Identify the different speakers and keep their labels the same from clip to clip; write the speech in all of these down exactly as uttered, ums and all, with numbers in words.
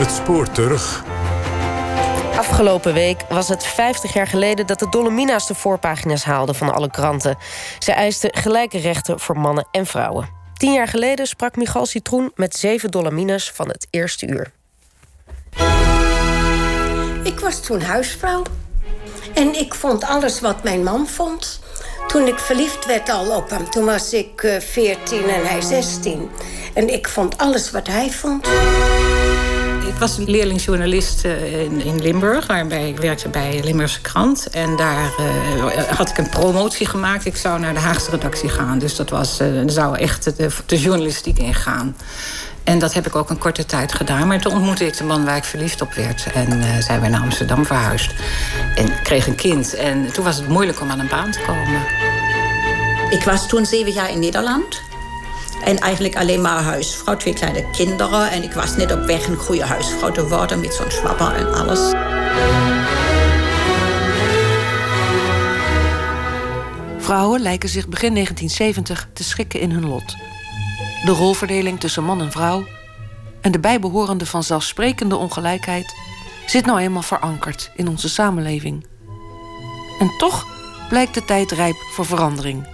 Speaker 1: Het spoor terug.
Speaker 2: Afgelopen week was het vijftig jaar geleden dat de Dolomina's de voorpagina's haalden van alle kranten. Ze eisten gelijke rechten voor mannen en vrouwen. Tien jaar geleden sprak Michal Citroen met zeven Dolomina's van het eerste uur.
Speaker 3: Ik was toen huisvrouw. En ik vond alles wat mijn man vond. Toen ik verliefd werd al op hem, toen was ik uh, veertien en hij zestien. En ik vond alles wat hij vond.
Speaker 4: Ik was leerlingjournalist in, in Limburg, waarbij ik werkte bij Limburgse Krant. En daar uh, had ik een promotie gemaakt. Ik zou naar de Haagse redactie gaan. Dus dat was, uh, zou echt de, de journalistiek ingaan. En dat heb ik ook een korte tijd gedaan. Maar toen ontmoette ik de man waar ik verliefd op werd. En uh, zijn we naar Amsterdam verhuisd. En kreeg een kind. En toen was het moeilijk om aan een baan te komen.
Speaker 5: Ik was toen zeven jaar in Nederland. En eigenlijk alleen maar huisvrouw, twee kleine kinderen. En ik was net op weg een goede huisvrouw te worden met zo'n schwapper en alles.
Speaker 6: Vrouwen lijken zich begin negentien zeventig te schikken in hun lot. De rolverdeling tussen man en vrouw en de bijbehorende vanzelfsprekende ongelijkheid zit nou eenmaal verankerd in onze samenleving. En toch blijkt de tijd rijp voor verandering.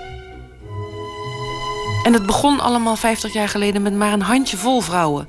Speaker 6: En het begon allemaal vijftig jaar geleden met maar een handjevol vrouwen.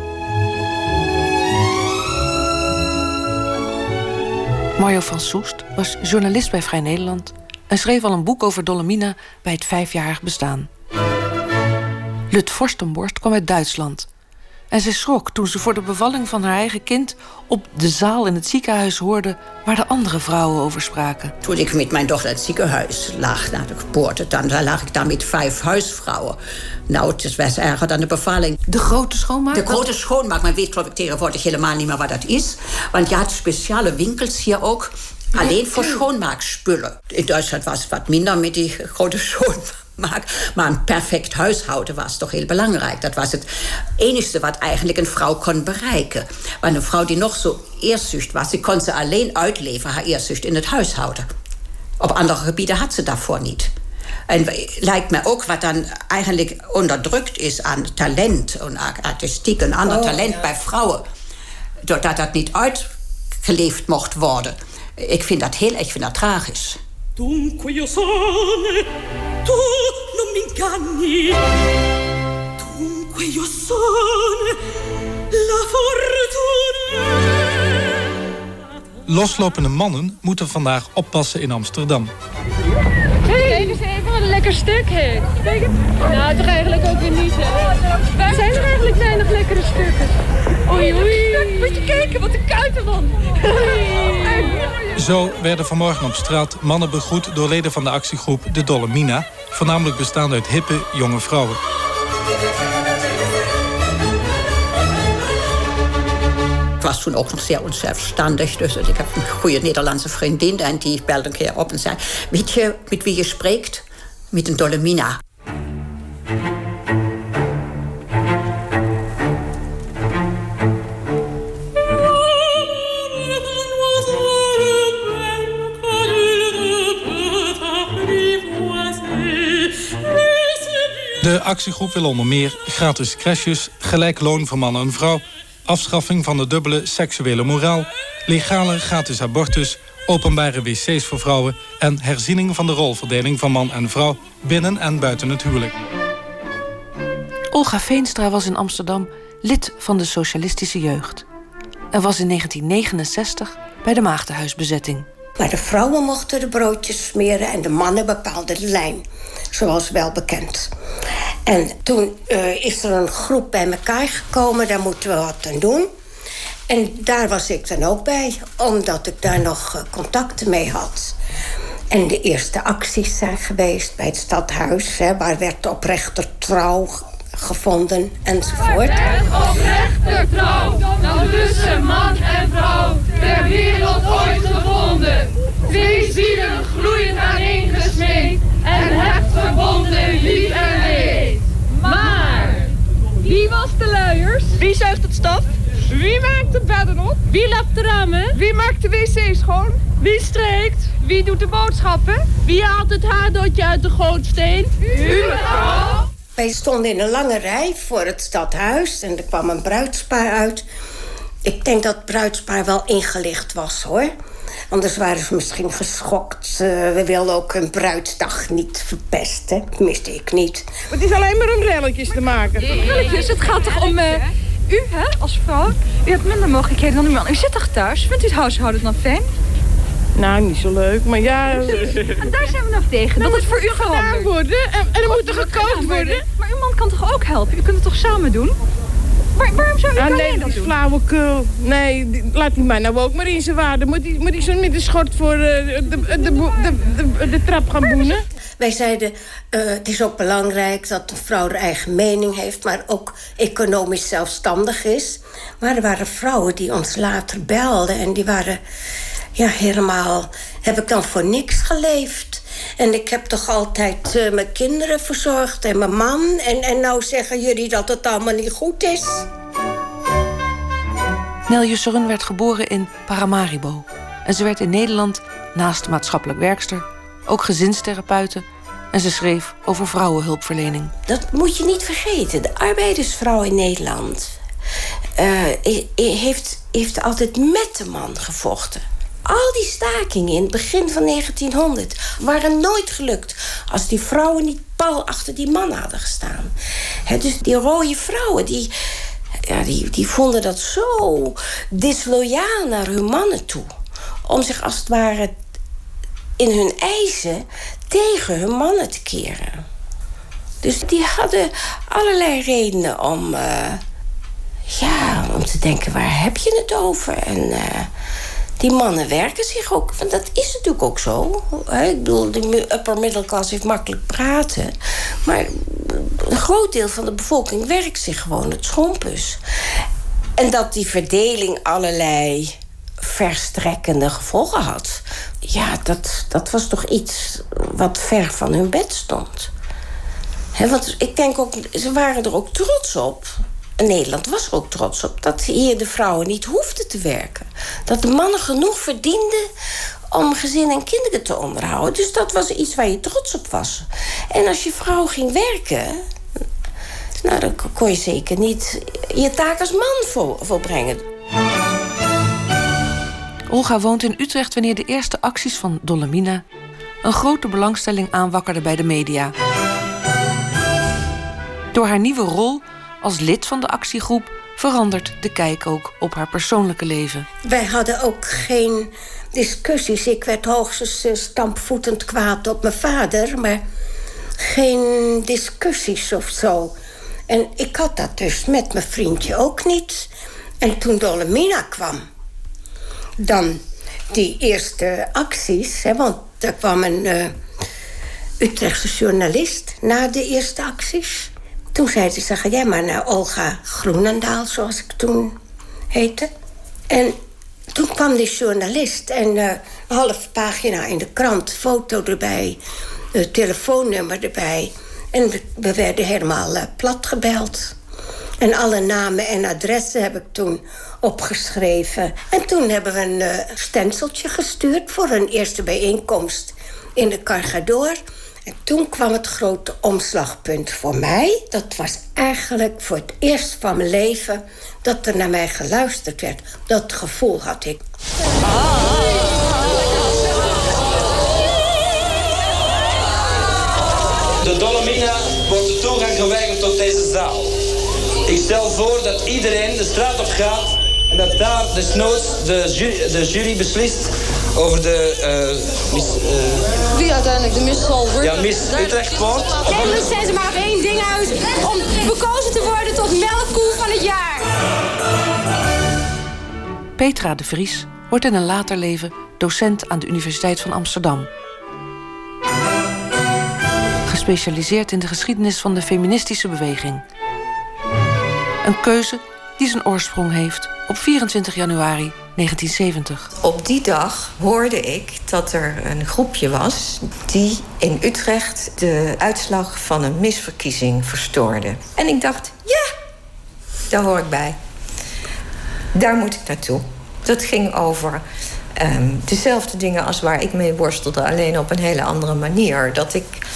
Speaker 6: Mario van Soest was journalist bij Vrij Nederland en schreef al een boek over Dolomina bij het vijfjarig bestaan. Lut Forstenborst kwam uit Duitsland. En ze schrok toen ze voor de bevalling van haar eigen kind op de zaal in het ziekenhuis hoorde waar de andere vrouwen over spraken.
Speaker 5: Toen ik met mijn dochter in het ziekenhuis lag na de geboorte, dan lag ik daar met vijf huisvrouwen. Nou, het was erger dan de bevalling.
Speaker 6: De grote schoonmaak?
Speaker 5: De grote schoonmaak, maar weet geloof ik tegenwoordig helemaal niet meer wat dat is. Want je had speciale winkels hier ook, alleen voor schoonmaakspullen. In Duitsland was het wat minder met die grote schoonmaak. Maar een perfect huishouden was toch heel belangrijk. Dat was het enige wat eigenlijk een vrouw kon bereiken. Want een vrouw die nog zo eerzucht was, die kon ze alleen uitleven, haar eerzucht in het huishouden. Op andere gebieden had ze daarvoor niet. En lijkt mij ook wat dan eigenlijk onderdrukt is aan talent en artistiek, een ander oh, talent ja. bij vrouwen. Doordat dat niet uitgeleefd mocht worden. Ik vind dat heel, ik vind dat tragisch.
Speaker 7: Dunque io sono, tu non mi inganni. Dunque io sono la fortuna.
Speaker 8: Loslopende mannen moeten vandaag oppassen in Amsterdam.
Speaker 9: Hey, kijk eens even, wat een lekker stuk, hè. Nou, toch eigenlijk ook weer niet, hè. Zijn er eigenlijk weinig lekkere stukken? Oei, oei. Moet je kijken, wat een kuitenman.
Speaker 8: Zo werden vanmorgen op straat mannen begroet door leden van de actiegroep De Dolomina, voornamelijk bestaande uit hippe, jonge vrouwen.
Speaker 5: Ik was toen ook nog zeer onzelfstandig, dus ik heb een goede Nederlandse vriendin en die belde een keer op en zei: weet je met wie je spreekt? Met een Dolomina.
Speaker 8: De actiegroep wil onder meer gratis crèches, gelijk loon voor man en vrouw, afschaffing van de dubbele seksuele moraal, legale gratis abortus, openbare wc's voor vrouwen en herziening van de rolverdeling van man en vrouw binnen en buiten het huwelijk.
Speaker 6: Olga Veenstra was in Amsterdam lid van de Socialistische Jeugd en was in negentien negenenzestig bij de maagdenhuisbezetting.
Speaker 3: Maar de vrouwen mochten de broodjes smeren en de mannen bepaalden de lijn, zoals wel bekend. En toen uh, is er een groep bij elkaar gekomen, daar moeten we wat aan doen. En daar was ik dan ook bij, omdat ik daar nog uh, contacten mee had. En de eerste acties zijn geweest bij het stadhuis, hè, waar werd oprechter trouw gevonden enzovoort.
Speaker 9: Oprechter trouw, nou tussen man en vrouw, ter wereld ooit gevonden. Twee zielen gloeiend aaneengesmeed en hecht verbonden lief en leed. Maar wie was de luiers? Wie zuigt het staf? Wie maakt de bedden op? Wie lapt de ramen? Wie maakt de wc schoon? Wie strijkt? Wie doet de boodschappen? Wie haalt het haardotje uit de gootsteen? U, mevrouw.
Speaker 3: Wij stonden in een lange rij voor het stadhuis en er kwam een bruidspaar uit. Ik denk dat het bruidspaar wel ingelicht was, hoor. Anders waren ze misschien geschokt. Uh, we wilden ook hun bruidsdag niet verpesten. Tenminste, ik niet.
Speaker 1: Het is alleen maar om relletjes te maken.
Speaker 10: Relletjes? Het gaat toch om uh, u, hè, als vrouw? U hebt minder mogelijkheden dan uw man. U zit toch thuis? Vindt u het huishouden dan fijn?
Speaker 1: Nou, niet zo leuk, maar ja...
Speaker 10: En daar zijn we nog tegen, nou, dat het voor u gedaan
Speaker 1: worden. En, en er moet er gekookt worden.
Speaker 10: Maar uw man kan toch ook helpen? U kunt het toch samen doen? Waar, waarom zou u
Speaker 1: ah,
Speaker 10: alleen
Speaker 1: nee,
Speaker 10: dat
Speaker 1: dat is
Speaker 10: doen?
Speaker 1: flauwekul. Nee, die, laat die mij nou ook maar in zijn waarde. Moet hij moet zo met de schort voor uh, de, de, de, de, de, de trap gaan boenen?
Speaker 3: Wij zeiden, uh, het is ook belangrijk dat de vrouw haar eigen mening heeft... maar ook economisch zelfstandig is. Maar er waren vrouwen die ons later belden... en die waren ja, helemaal... heb ik dan voor niks geleefd? En ik heb toch altijd uh, mijn kinderen verzorgd en mijn man... En, en nou zeggen jullie dat het allemaal niet goed is?
Speaker 6: Nel Jusserun werd geboren in Paramaribo. En ze werd in Nederland, naast maatschappelijk werkster... ook gezinstherapeute en ze schreef over vrouwenhulpverlening.
Speaker 3: Dat moet je niet vergeten. De arbeidersvrouw in Nederland uh, heeft, heeft altijd met de man gevochten. Al die stakingen in het begin van negentienhonderd waren nooit gelukt... als die vrouwen niet pal achter die man hadden gestaan. He, dus die rode vrouwen, die, ja, die, die vonden dat zo disloyaal naar hun mannen toe. Om zich als het ware in hun eisen tegen hun mannen te keren. Dus die hadden allerlei redenen om, uh, ja, om te denken, waar heb je het over? En uh, die mannen werken zich ook, want dat is natuurlijk ook zo. Hè? Ik bedoel, de upper middle class heeft makkelijk praten. Maar een groot deel van de bevolking werkt zich gewoon het schompus. En dat die verdeling allerlei verstrekkende gevolgen had... ja, dat, dat was toch iets wat ver van hun bed stond. He, want ik denk ook, ze waren er ook trots op... en Nederland was er ook trots op... dat hier de vrouwen niet hoefden te werken. Dat de mannen genoeg verdienden om gezin en kinderen te onderhouden. Dus dat was iets waar je trots op was. En als je vrouw ging werken... nou, dan kon je zeker niet je taak als man vol, volbrengen.
Speaker 6: Olga woont in Utrecht wanneer de eerste acties van Dolomina... een grote belangstelling aanwakkerden bij de media. Door haar nieuwe rol als lid van de actiegroep... verandert de kijk ook op haar persoonlijke leven.
Speaker 3: Wij hadden ook geen discussies. Ik werd hoogstens uh, stampvoetend kwaad op mijn vader... maar geen discussies of zo. En ik had dat dus met mijn vriendje ook niet. En toen Dolomina kwam... dan die eerste acties, hè, want er kwam een uh, Utrechtse journalist na de eerste acties. Toen zei ze, zeg jij maar naar Olga Groenendaal, zoals ik toen heette. En toen kwam die journalist en uh, een halve pagina in de krant, foto erbij, uh, telefoonnummer erbij. En we, we werden helemaal uh, plat gebeld. En alle namen en adressen heb ik toen opgeschreven. En toen hebben we een uh, stenciltje gestuurd voor een eerste bijeenkomst in de Cargador. En toen kwam het grote omslagpunt voor mij. Dat was eigenlijk voor het eerst van mijn leven dat er naar mij geluisterd werd. Dat gevoel had ik.
Speaker 11: De Dolomina wordt de toegang geweigerd tot deze zaal. Ik stel voor dat iedereen de straat op gaat en dat daar desnoods de jury, de jury beslist over de uh, mis, uh...
Speaker 12: wie uiteindelijk de mis zal worden.
Speaker 11: Ja, Miss Utrecht wordt.
Speaker 12: Eigenlijk zijn ze maar op één ding uit om verkozen te worden tot melkkoe van het jaar.
Speaker 6: Petra de Vries wordt in een later leven docent aan de Universiteit van Amsterdam. Gespecialiseerd in de geschiedenis van de feministische beweging. Een keuze die zijn oorsprong heeft op vierentwintig januari negentien zeventig.
Speaker 13: Op die dag hoorde ik dat er een groepje was die in Utrecht de uitslag van een misverkiezing verstoorde. En ik dacht, ja, daar hoor ik bij. Daar moet ik naartoe. Dat ging over um, dezelfde dingen als waar ik mee worstelde, alleen op een hele andere manier. Dat ik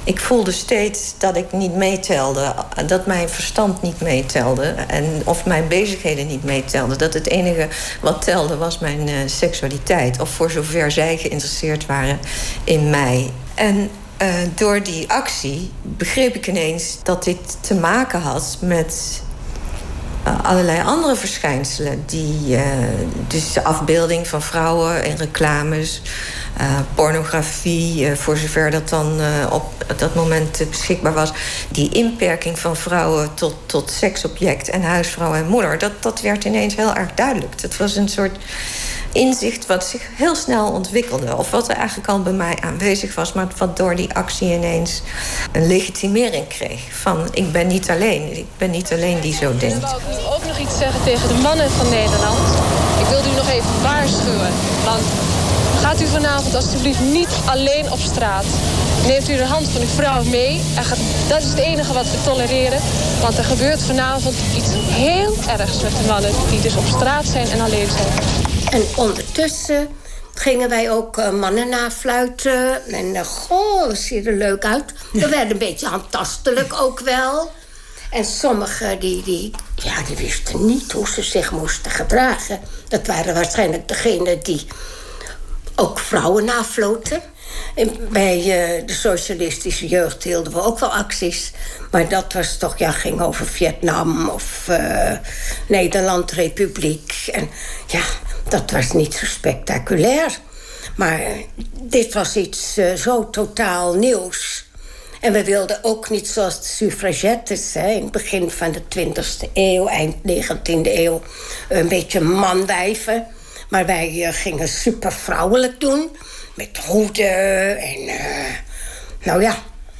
Speaker 13: Ik voelde steeds dat ik niet meetelde. Dat mijn verstand niet meetelde. En of mijn bezigheden niet meetelden. Dat het enige wat telde was mijn uh, seksualiteit. Of voor zover zij geïnteresseerd waren in mij. En uh, door die actie begreep ik ineens dat dit te maken had met uh, allerlei andere verschijnselen. Die, uh, dus de afbeelding van vrouwen in reclames. Uh, pornografie, uh, voor zover dat dan uh, op dat moment uh, beschikbaar was. Die inperking van vrouwen tot, tot seksobject en huisvrouw en moeder. Dat, dat werd ineens heel erg duidelijk. Het was een soort inzicht wat zich heel snel ontwikkelde. Of wat er eigenlijk al bij mij aanwezig was, maar wat door die actie ineens een legitimering kreeg. Van ik ben niet alleen. Ik ben niet alleen die zo denkt.
Speaker 14: Ik wou nu ook nog iets zeggen tegen de mannen van Nederland. Ik wilde u nog even waarschuwen. Want gaat u vanavond alstublieft niet alleen op straat. Neemt u de hand van uw vrouw mee. En gaat, dat is het enige wat we tolereren. Want er gebeurt vanavond iets heel ergs met de mannen die dus op straat zijn en alleen zijn.
Speaker 3: En ondertussen gingen wij ook uh, mannen nafluiten. En uh, goh, dat ziet er leuk uit. We werden een beetje handtastelijk ook wel. En sommigen die, die, ja, die wisten niet hoe ze zich moesten gedragen. Dat waren waarschijnlijk degenen die ook vrouwen nafloten. En bij uh, de socialistische jeugd hielden we ook wel acties. Maar dat was toch, ja, ging over Vietnam of uh, Nederland, Republiek. En ja, dat was niet zo spectaculair. Maar uh, dit was iets uh, zo totaal nieuws. En we wilden ook niet zoals de suffragettes, hè, in het begin van de twintigste eeuw, eind negentiende eeuw, een beetje manwijven. Maar wij uh, gingen super vrouwelijk doen. Met hoeden en, uh, nou ja,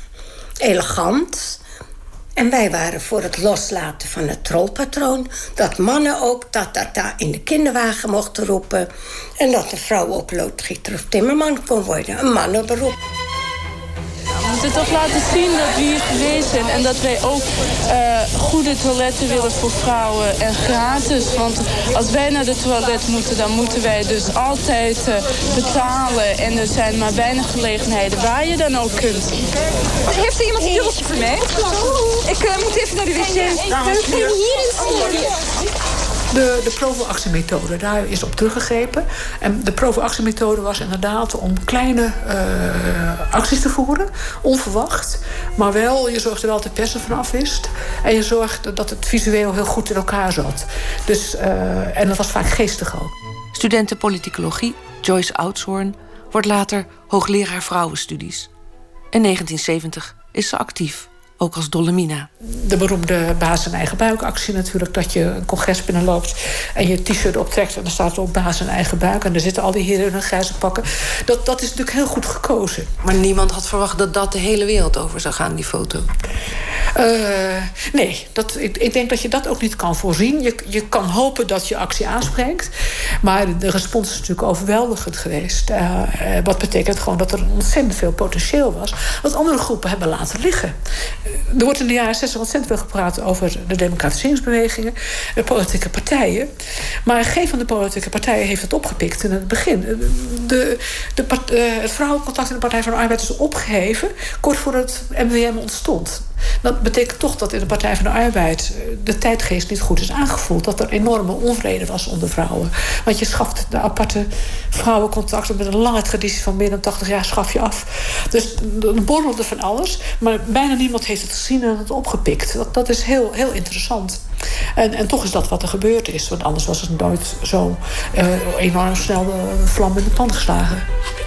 Speaker 3: elegant. En wij waren voor het loslaten van het trollpatroon. Dat mannen ook ta-ta-ta in de kinderwagen mochten roepen. En dat de vrouw ook loodgieter of timmerman kon worden. Een mannenberoep.
Speaker 15: We moeten toch laten zien dat we hier geweest zijn. En dat wij ook uh, goede toiletten willen voor vrouwen. En gratis. Want als wij naar de toilet moeten, dan moeten wij dus altijd uh, betalen. En er zijn maar weinig gelegenheden waar je dan ook kunt.
Speaker 10: Heeft er iemand een dubbeltje voor mij? Ik uh, moet even naar de wc. We kunnen hier in
Speaker 16: De, de Provo-actiemethode, daar is op teruggegrepen. En de Provo-actiemethode was inderdaad om kleine uh, acties te voeren. Onverwacht. Maar wel, je zorgde wel dat de pers er vanaf wist. En je zorgde dat het visueel heel goed in elkaar zat. Dus, uh, en dat was vaak geestig ook.
Speaker 6: Studenten politicologie Joyce Oudshoorn wordt later hoogleraar vrouwenstudies. In negentien zeventig is ze actief. Ook als Dolomina.
Speaker 16: De beroemde baas en eigen buikactie natuurlijk. Dat je een congres binnenloopt en je t-shirt optrekt. En dan staat er op baas en eigen buik. En dan zitten al die heren in hun grijze pakken. Dat, dat is natuurlijk heel goed gekozen.
Speaker 6: Maar niemand had verwacht dat dat de hele wereld over zou gaan, die foto.
Speaker 16: Uh, nee, dat, ik, ik denk dat je dat ook niet kan voorzien. Je, je kan hopen dat je actie aanspreekt. Maar de respons is natuurlijk overweldigend geweest. Uh, wat betekent gewoon dat er ontzettend veel potentieel was. Wat andere groepen hebben laten liggen. Er wordt in de jaren zestig ontzettend veel gepraat over de democratiseringsbewegingen, de politieke partijen. Maar geen van de politieke partijen heeft het opgepikt in het begin. De, de, part, uh, het vrouwencontact in de Partij van de Arbeid is opgeheven kort voordat het M W M ontstond. Dat betekent toch dat in de Partij van de Arbeid de tijdgeest niet goed is aangevoeld. Dat er enorme onvrede was onder vrouwen. Want je schaft de aparte vrouwencontacten met een lange traditie van meer dan tachtig jaar schaf je af. Dus er borrelde van alles. Maar bijna niemand heeft het gezien en het opgepikt. Dat, dat is heel, heel interessant. En, en toch is dat wat er gebeurd is. Want anders was het nooit zo uh, enorm snel de vlam in de pan geslagen.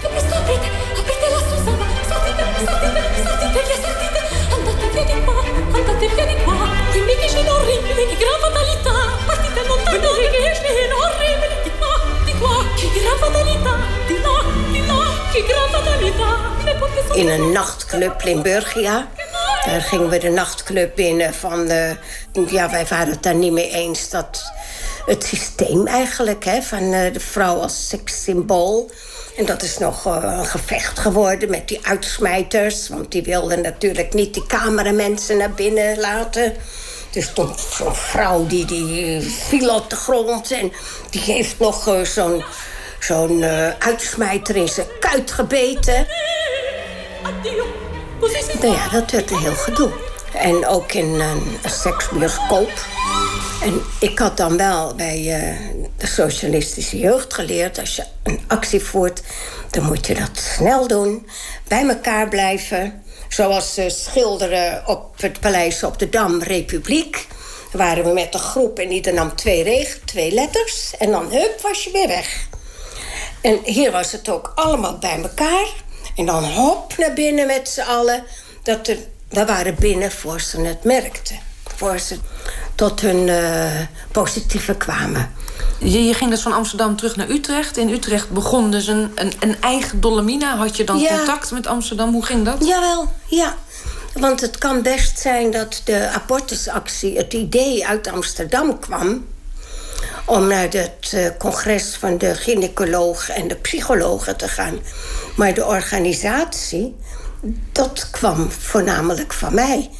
Speaker 3: In een nachtclub Limburgia. Daar gingen we de nachtclub binnen van de, ja, wij waren het daar niet mee eens dat het systeem eigenlijk, hè, van de vrouw als sekssymbool. En dat is nog uh, een gevecht geworden met die uitsmijters. Want die wilden natuurlijk niet die cameramensen naar binnen laten. Dus stond zo'n vrouw die, die viel op de grond. En die heeft nog uh, zo'n zo'n uh, uitsmijter in zijn kuit gebeten.
Speaker 7: Addio,
Speaker 3: Nou ja, dat werd een heel gedoe. En ook in een seksbioscoop. En ik had dan wel bij uh, de socialistische jeugd geleerd... als je een actie voert, dan moet je dat snel doen. Bij elkaar blijven. Zoals uh, schilderen op het paleis op de Dam, Republiek. Dan waren we met een groep en ieder nam twee, regen, twee letters. En dan, hup, was je weer weg. En hier was het ook allemaal bij elkaar. En dan hop naar binnen met z'n allen. Dat er, we waren binnen voor ze het merkten. Voor ze tot hun uh, positieve kwamen.
Speaker 6: Je, je ging dus van Amsterdam terug naar Utrecht. In Utrecht begon dus een, een, een eigen Dolomina. Had je dan ja. contact met Amsterdam? Hoe ging dat?
Speaker 3: Jawel, ja. Want het kan best zijn dat de abortusactie... het idee uit Amsterdam kwam... om naar het uh, congres van de gynaecologen en de psychologen te gaan. Maar de organisatie, dat kwam voornamelijk van mij.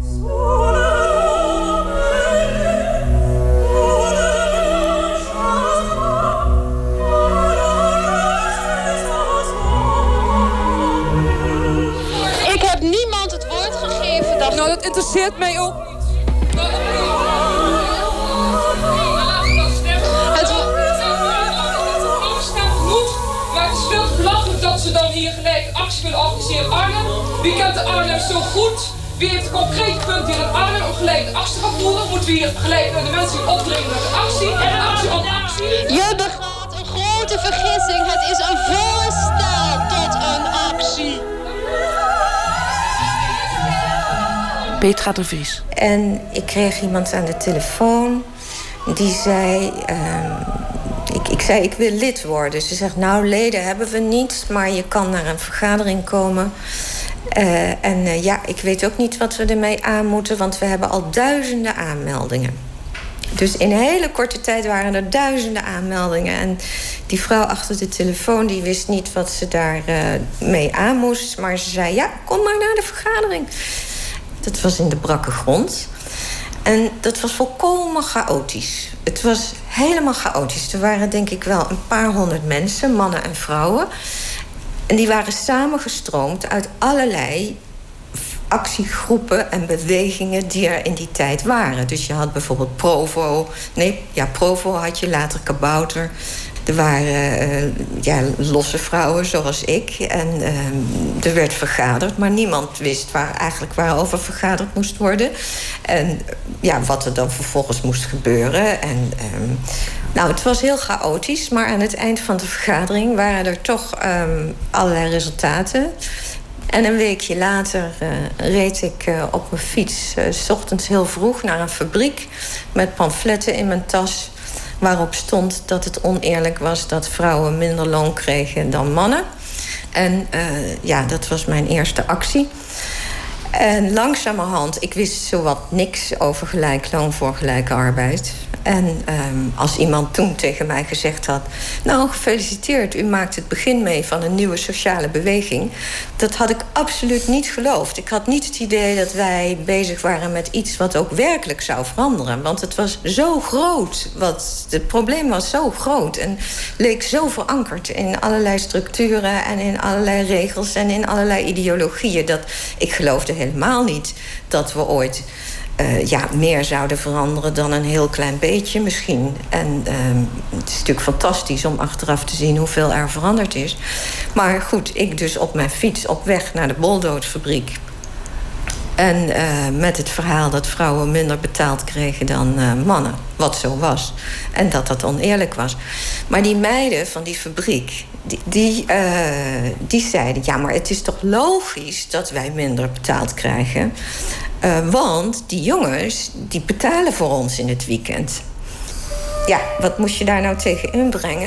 Speaker 14: Ik heb niemand het woord gegeven. Dat...
Speaker 10: Nou, dat interesseert mij ook niet.
Speaker 17: Dat ze dan hier gelijk actie willen organiseren in Arnhem. Wie kent de Arnhem zo goed? Wie heeft een concreet punt hier in Arnhem om gelijk de actie te gaan voeren? Moeten we hier gelijk de mensen hier opdringen met de actie? En actie op actie.
Speaker 14: Je begaat een grote vergissing. Het is een voorstel tot een actie.
Speaker 6: Petra de Vries.
Speaker 13: En ik kreeg iemand aan de telefoon die zei... Uh, Ik, ik zei, ik wil lid worden. Ze zegt, nou, leden hebben we niet... maar je kan naar een vergadering komen. Uh, en uh, ja, ik weet ook niet wat we ermee aan moeten... want we hebben al duizenden aanmeldingen. Dus in een hele korte tijd waren er duizenden aanmeldingen. En die vrouw achter de telefoon, die wist niet wat ze daar uh, mee aan moest. Maar ze zei, ja, kom maar naar de vergadering. Dat was in de brakke grond. En dat was volkomen chaotisch. Het was helemaal chaotisch. Er waren denk ik wel een paar honderd mensen, mannen en vrouwen. En die waren samengestroomd uit allerlei actiegroepen en bewegingen die er in die tijd waren. Dus je had bijvoorbeeld Provo. Nee, ja, Provo had je, later Kabouter. Er waren uh, ja, losse vrouwen zoals ik. En uh, er werd vergaderd, maar niemand wist waar, eigenlijk waarover vergaderd moest worden. En ja, wat er dan vervolgens moest gebeuren. En, um, nou, het was heel chaotisch, maar aan het eind van de vergadering waren er toch um, allerlei resultaten. En een weekje later uh, reed ik uh, op mijn fiets, uh, 's ochtends heel vroeg, naar een fabriek met pamfletten in mijn tas, waarop stond dat het oneerlijk was dat vrouwen minder loon kregen dan mannen. En uh, ja, dat was mijn eerste actie. En langzamerhand, ik wist zowat niks over gelijk loon voor gelijke arbeid. En um, als iemand toen tegen mij gezegd had, nou, gefeliciteerd, u maakt het begin mee van een nieuwe sociale beweging. Dat had ik absoluut niet geloofd. Ik had niet het idee dat wij bezig waren met iets wat ook werkelijk zou veranderen. Want het was zo groot. Wat, het probleem was zo groot en leek zo verankerd in allerlei structuren en in allerlei regels en in allerlei ideologieën, dat ik geloofde helemaal niet dat we ooit Uh, ja, meer zouden veranderen dan een heel klein beetje misschien. En uh, het is natuurlijk fantastisch om achteraf te zien hoeveel er veranderd is. Maar goed, ik dus op mijn fiets op weg naar de Boldoodfabriek. En uh, met het verhaal dat vrouwen minder betaald kregen dan uh, mannen. Wat zo was. En dat dat oneerlijk was. Maar die meiden van die fabriek, die, die, uh, die zeiden, ja, maar het is toch logisch dat wij minder betaald krijgen. Uh, want die jongens, die betalen voor ons in het weekend. Ja, wat moest je daar nou tegen inbrengen?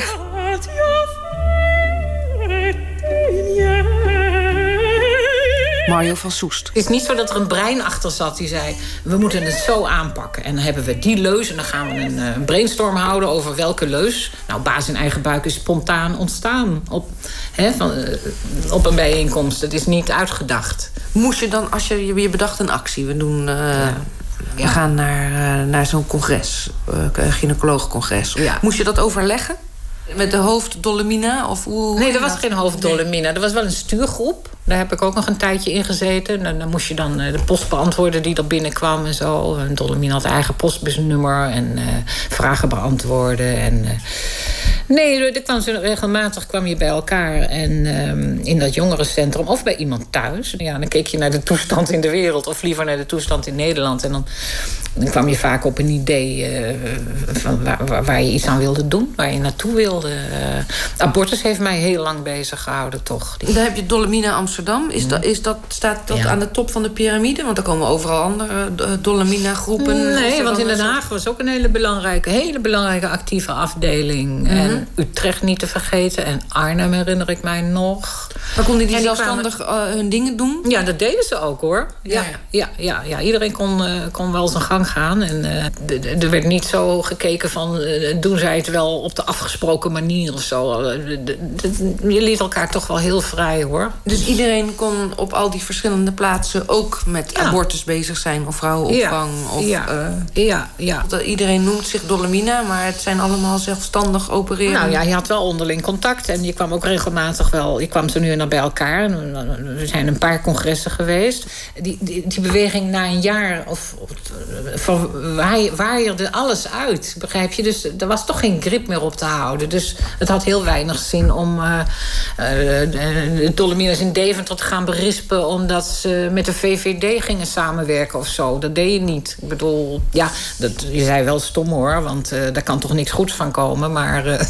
Speaker 6: Mario van Soest.
Speaker 4: Het is niet zo dat er een brein achter zat die zei, we moeten het zo aanpakken. En dan hebben we die leus en dan gaan we een, een brainstorm houden over welke leus. Nou, baas in eigen buik is spontaan ontstaan op, hè, van, uh, op een bijeenkomst. Het is niet uitgedacht.
Speaker 6: Moest je dan, als je, je bedacht een actie, we doen, uh, ja. we ja. gaan naar, uh, naar zo'n congres, uh, gynaecologencongres. Ja. Moest je dat overleggen? Met de hoofd Dolomina? Of hoe,
Speaker 4: nee, er was geen hoofd Dolomina. Er was wel een stuurgroep. Daar heb ik ook nog een tijdje in gezeten. Dan, dan moest je dan de post beantwoorden die er binnenkwam en zo. En Dolomina had eigen postbusnummer en uh, vragen beantwoorden. En, uh, nee, er kwam zo regelmatig kwam je bij elkaar. En uh, in dat jongerencentrum of bij iemand thuis. Ja, dan keek je naar de toestand in de wereld. Of liever naar de toestand in Nederland. En dan, dan kwam je vaak op een idee uh, van waar, waar je iets aan wilde doen. Waar je naartoe wilde. Uh, abortus heeft mij heel lang bezig gehouden, toch.
Speaker 6: Dan heb je Dolomina Amsterdam. Is dat, is dat, staat dat ja. aan de top van de piramide? Want er komen overal andere uh, Dolomina-groepen.
Speaker 4: Nee, want in Den Haag was ook een hele belangrijke, hele belangrijke actieve afdeling. Mm-hmm. En Utrecht niet te vergeten. En Arnhem herinner ik mij nog.
Speaker 6: Maar konden die, die zelfstandig kwamen... uh, hun dingen doen?
Speaker 4: Ja, dat deden ze ook, hoor. Ja, ja, ja, ja, ja. Iedereen kon, uh, kon wel zijn gang gaan. En uh, er werd niet zo gekeken van... Uh, doen zij het wel op de afgesproken manier of zo. Je liet elkaar toch wel heel vrij, hoor.
Speaker 6: Dus iedereen kon op al die verschillende plaatsen ook met ja. abortus bezig zijn of vrouwenopvang?
Speaker 4: Ja.
Speaker 6: Of,
Speaker 4: ja.
Speaker 6: Uh,
Speaker 4: ja, ja.
Speaker 6: Iedereen noemt zich Dolomina, maar het zijn allemaal zelfstandig opereren.
Speaker 4: Nou ja, je had wel onderling contact en je kwam ook regelmatig wel. Je kwam zo nu en dan bij elkaar. Er zijn een paar congressen geweest. Die, die, die beweging na een jaar of, of waaierde alles uit, begrijp je? Dus er was toch geen grip meer op te houden. Dus het had heel weinig zin om uh, uh, de Dolomina's in Deventer te gaan berispen omdat ze met de V V D gingen samenwerken of zo. Dat deed je niet. Ik bedoel, ja, dat, je zei wel stom, hoor, want uh, daar kan toch niks goeds van komen, maar uh,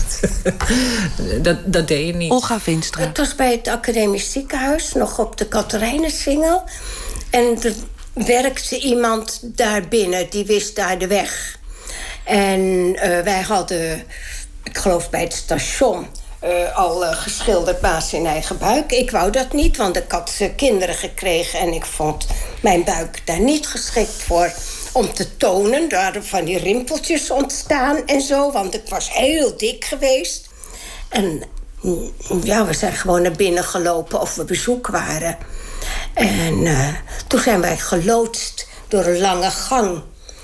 Speaker 4: dat, dat deed je niet.
Speaker 6: Olga Veenstra.
Speaker 3: Het was bij het Academisch Ziekenhuis, nog op de Katerijnensingel. En er werkte iemand daar binnen, die wist daar de weg. En uh, wij hadden, ik geloof bij het station, uh, al uh, geschilderd baas in eigen buik. Ik wou dat niet, want ik had uh, kinderen gekregen en ik vond mijn buik daar niet geschikt voor om te tonen. Daar van die rimpeltjes ontstaan en zo, want ik was heel dik geweest. En ja, we zijn gewoon naar binnen gelopen of we bezoek waren. En uh, toen zijn wij geloodst door een lange gang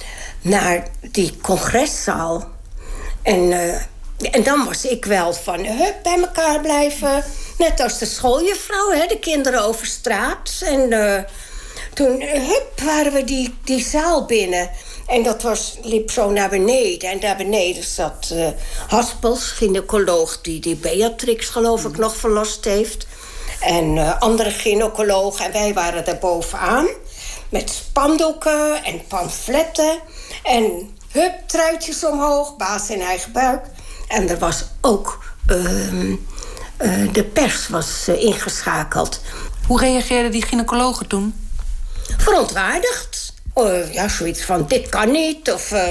Speaker 3: naar die congreszaal. En, uh, en dan was ik wel van, hup, bij elkaar blijven. Net als de schooljuffrouw, hè, de kinderen over straat. En uh, toen, hup, waren we die, die zaal binnen. En dat was, liep zo naar beneden. En daar beneden zat uh, Haspels, gynaecoloog, die, die Beatrix, geloof ik, nog verlost heeft. En uh, andere gynaecologen. En wij waren daar bovenaan. Met spandoeken en pamfletten. En hup, truitjes omhoog, baas in eigen buik. En er was ook... Uh, uh, de pers was uh, ingeschakeld.
Speaker 6: Hoe reageerden die gynaecologen toen?
Speaker 3: Verontwaardigd. Uh, ja, zoiets van, dit kan niet. Of uh,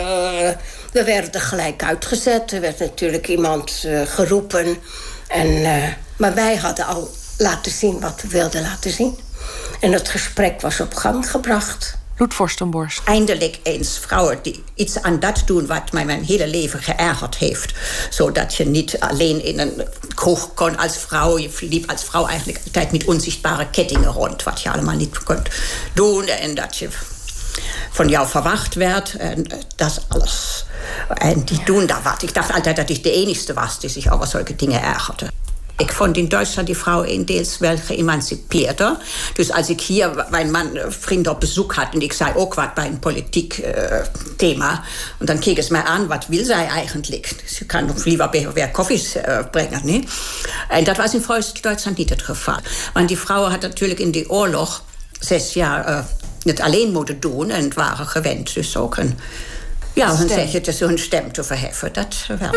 Speaker 3: we werden gelijk uitgezet. Er werd natuurlijk iemand uh, geroepen. En, uh, maar wij hadden al laten zien wat we wilden laten zien. En het gesprek was op gang gebracht.
Speaker 6: Ruud Forstenborst.
Speaker 5: Eindelijk eens vrouwen die iets aan dat doen wat mij mijn hele leven geërgerd heeft. Zodat je niet alleen in een kroeg kon als vrouw. Je liep als vrouw eigenlijk altijd met onzichtbare kettingen rond. Wat je allemaal niet kunt doen. En dat je van jou verwacht werd. En dat is alles. En die doen daar wat. Ik dacht altijd dat ik de enige was die zich over zulke dingen ergerde. Ik vond in Duitsland die vrouw deels wel geëmancipeerder. Dus als ik hier mijn man vrienden op bezoek had en ik zei ook wat bij een politiek uh, thema, en dan keek ze mij aan, wat wil zij eigenlijk? Ze kan nog liever weer koffies uh, brengen. Nee? En dat was in Duitsland niet het geval. Want die vrouwen had natuurlijk in die oorlog zes jaar uh, het alleen moeten doen en waren gewend. Dus ook een, ja, hun zeg je, dus hun stem te verheffen. Dat wel.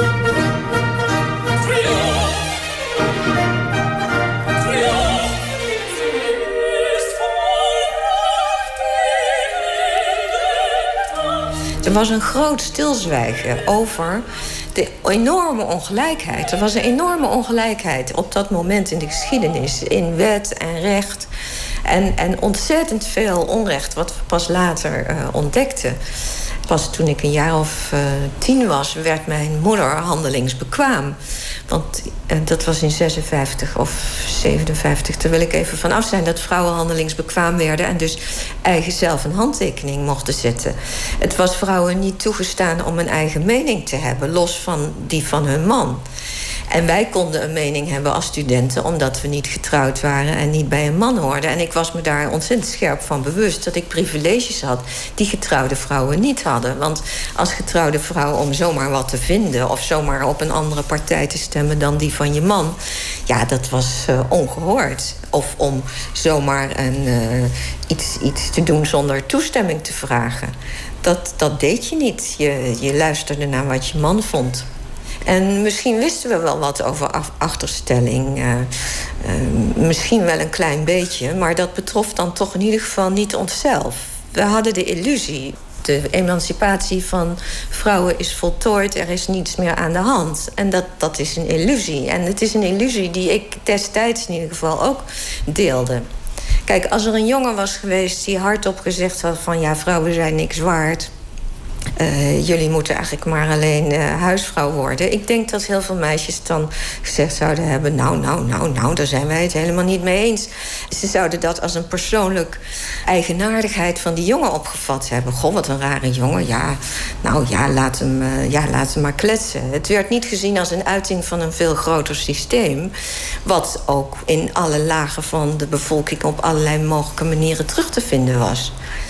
Speaker 13: Er was een groot stilzwijgen over de enorme ongelijkheid. Er was een enorme ongelijkheid op dat moment in de geschiedenis. In wet en recht. En, en ontzettend veel onrecht wat we pas later uh, ontdekten. Pas toen ik een jaar of uh, tien was, werd mijn moeder handelingsbekwaam. Want uh, dat was in zesenvijftig of zevenenvijftig. Daar wil ik even van af zijn dat vrouwen handelingsbekwaam werden en dus eigen zelf een handtekening mochten zetten. Het was vrouwen niet toegestaan om een eigen mening te hebben, los van die van hun man. En wij konden een mening hebben als studenten, omdat we niet getrouwd waren en niet bij een man hoorden. En ik was me daar ontzettend scherp van bewust dat ik privileges had die getrouwde vrouwen niet hadden. Want als getrouwde vrouw om zomaar wat te vinden of zomaar op een andere partij te stemmen dan die van je man, ja, dat was uh, ongehoord. Of om zomaar een, uh, iets, iets te doen zonder toestemming te vragen. Dat, dat deed je niet. Je, je luisterde naar wat je man vond. En misschien wisten we wel wat over af, achterstelling. Uh, uh, misschien wel een klein beetje. Maar dat betrof dan toch in ieder geval niet onszelf. We hadden de illusie. De emancipatie van vrouwen is voltooid. Er is niets meer aan de hand. En dat, dat is een illusie. En het is een illusie die ik destijds in ieder geval ook deelde. Kijk, als er een jongen was geweest die hardop gezegd had van, ja, vrouwen zijn niks waard. Uh, jullie moeten eigenlijk maar alleen uh, huisvrouw worden. Ik denk dat heel veel meisjes dan gezegd zouden hebben, nou, nou, nou, nou, daar zijn wij het helemaal niet mee eens. Ze zouden dat als een persoonlijk eigenaardigheid van die jongen opgevat hebben. Goh, wat een rare jongen. Ja, nou ja, laat hem, uh, ja, laat hem maar kletsen. Het werd niet gezien als een uiting van een veel groter systeem, wat ook in alle lagen van de bevolking op allerlei mogelijke manieren terug te vinden was.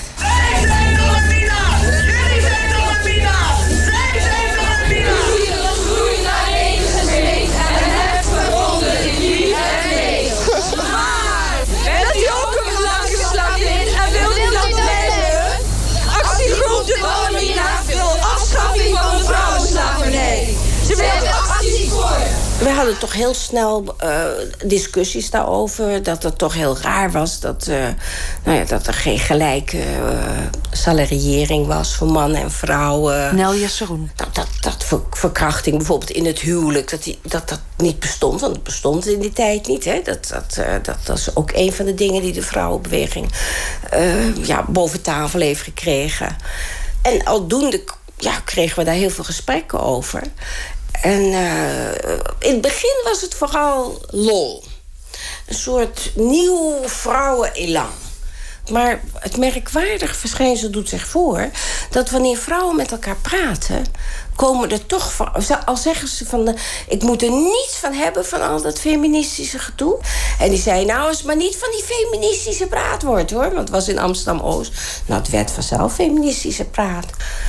Speaker 3: We hadden toch heel snel uh, discussies daarover. Dat het toch heel raar was dat, uh, nou ja, dat er geen gelijke uh, salariëring was voor mannen en vrouwen.
Speaker 6: Nelja Seroen.
Speaker 3: Dat, dat, dat ver, verkrachting bijvoorbeeld in het huwelijk, dat, die, dat dat niet bestond. Want het bestond in die tijd niet. Hè? Dat, dat, uh, dat, dat is ook een van de dingen die de vrouwenbeweging uh, ja, boven tafel heeft gekregen. En aldoende ja, kregen we daar heel veel gesprekken over. En uh, in het begin was het vooral lol. Een soort nieuw vrouwen-elan. Maar het merkwaardige verschijnsel doet zich voor dat wanneer vrouwen met elkaar praten, komen er toch, al zeggen ze van, de, ik moet er niets van hebben van al dat feministische gedoe. En die zei, nou, als het maar niet van die feministische praat wordt, hoor. Want het was in Amsterdam-Oost. Nou, het werd vanzelf feministische praat.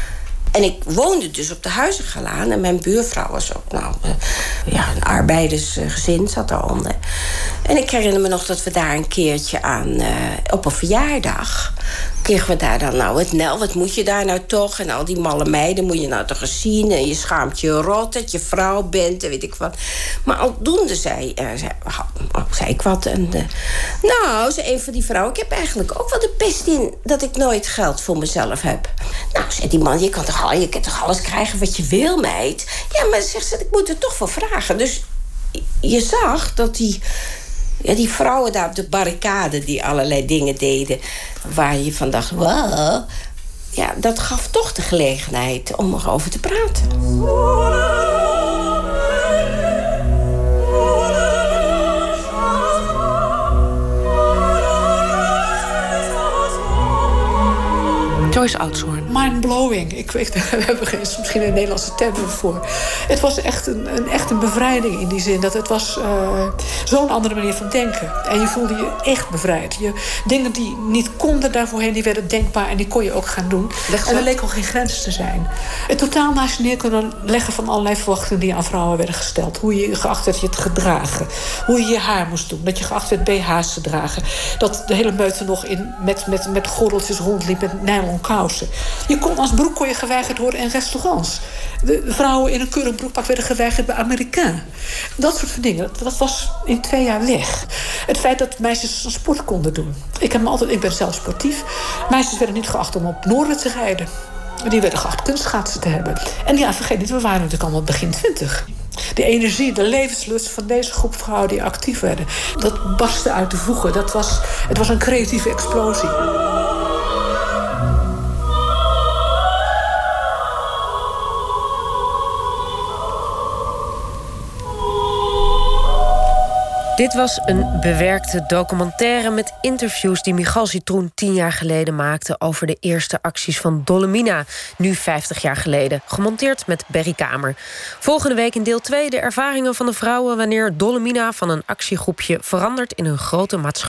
Speaker 3: En ik woonde dus op de Huizengalaan. En mijn buurvrouw was ook, nou, uh, ja, een arbeidersgezin zat daaronder. En ik herinner me nog dat we daar een keertje aan, uh, op een verjaardag, kregen we daar dan, nou, het Nel, wat moet je daar nou toch? En al die malle meiden moet je nou toch eens zien. En je schaamt je rot dat je vrouw bent en weet ik wat. Maar aldoende zei, uh, zei, oh, zei ik wat. En, uh, nou, zei een van die vrouwen, ik heb eigenlijk ook wel de pest in dat ik nooit geld voor mezelf heb. Nou, zei die man, je kan toch, je kan toch alles krijgen wat je wil, meid? Ja, maar zegt ze, ik moet er toch voor vragen. Dus je zag dat die, ja, die vrouwen daar op de barricade die allerlei dingen deden waar je van dacht, wow, ja, dat gaf toch de gelegenheid om erover te praten.
Speaker 6: Joyce Oudshoorn.
Speaker 16: Mindblowing. Ik weet, we hebben geen, misschien een Nederlandse term voor. Het was echt een, een, echt een bevrijding in die zin. Dat het was uh, zo'n andere manier van denken. En je voelde je echt bevrijd. Je, dingen die niet konden daarvoorheen, die werden denkbaar en die kon je ook gaan doen. En er leek al geen grens te zijn. Het totaal naast je neer kunnen leggen van allerlei verwachtingen die aan vrouwen werden gesteld. Hoe je geacht werd je te gedragen. Hoe je je haar moest doen. Dat je geacht werd B H's te dragen. Dat de hele meute nog in, met, met, met gordeltjes rondliep met nylon kousen. Je kon als broek kon je geweigerd worden in restaurants. De vrouwen in een keurig broekpak werden geweigerd bij Amerikaan. Dat soort dingen, dat was in twee jaar weg. Het feit dat meisjes een sport konden doen. Ik, heb me altijd, ik ben zelf sportief. Meisjes werden niet geacht om op Noorden te rijden. Die werden geacht kunstschaatsen te hebben. En ja, vergeet niet, we waren natuurlijk allemaal begin twintig. De energie, de levenslust van deze groep vrouwen die actief werden, dat barstte uit de voegen. Dat was, het was een creatieve explosie.
Speaker 2: Dit was een bewerkte documentaire met interviews die Michal Citroen tien jaar geleden maakte over de eerste acties van Dolomina, nu vijftig jaar geleden. Gemonteerd met Berry Kamer. Volgende week in deel twee de ervaringen van de vrouwen wanneer Dolomina van een actiegroepje verandert in een grote maatschappij.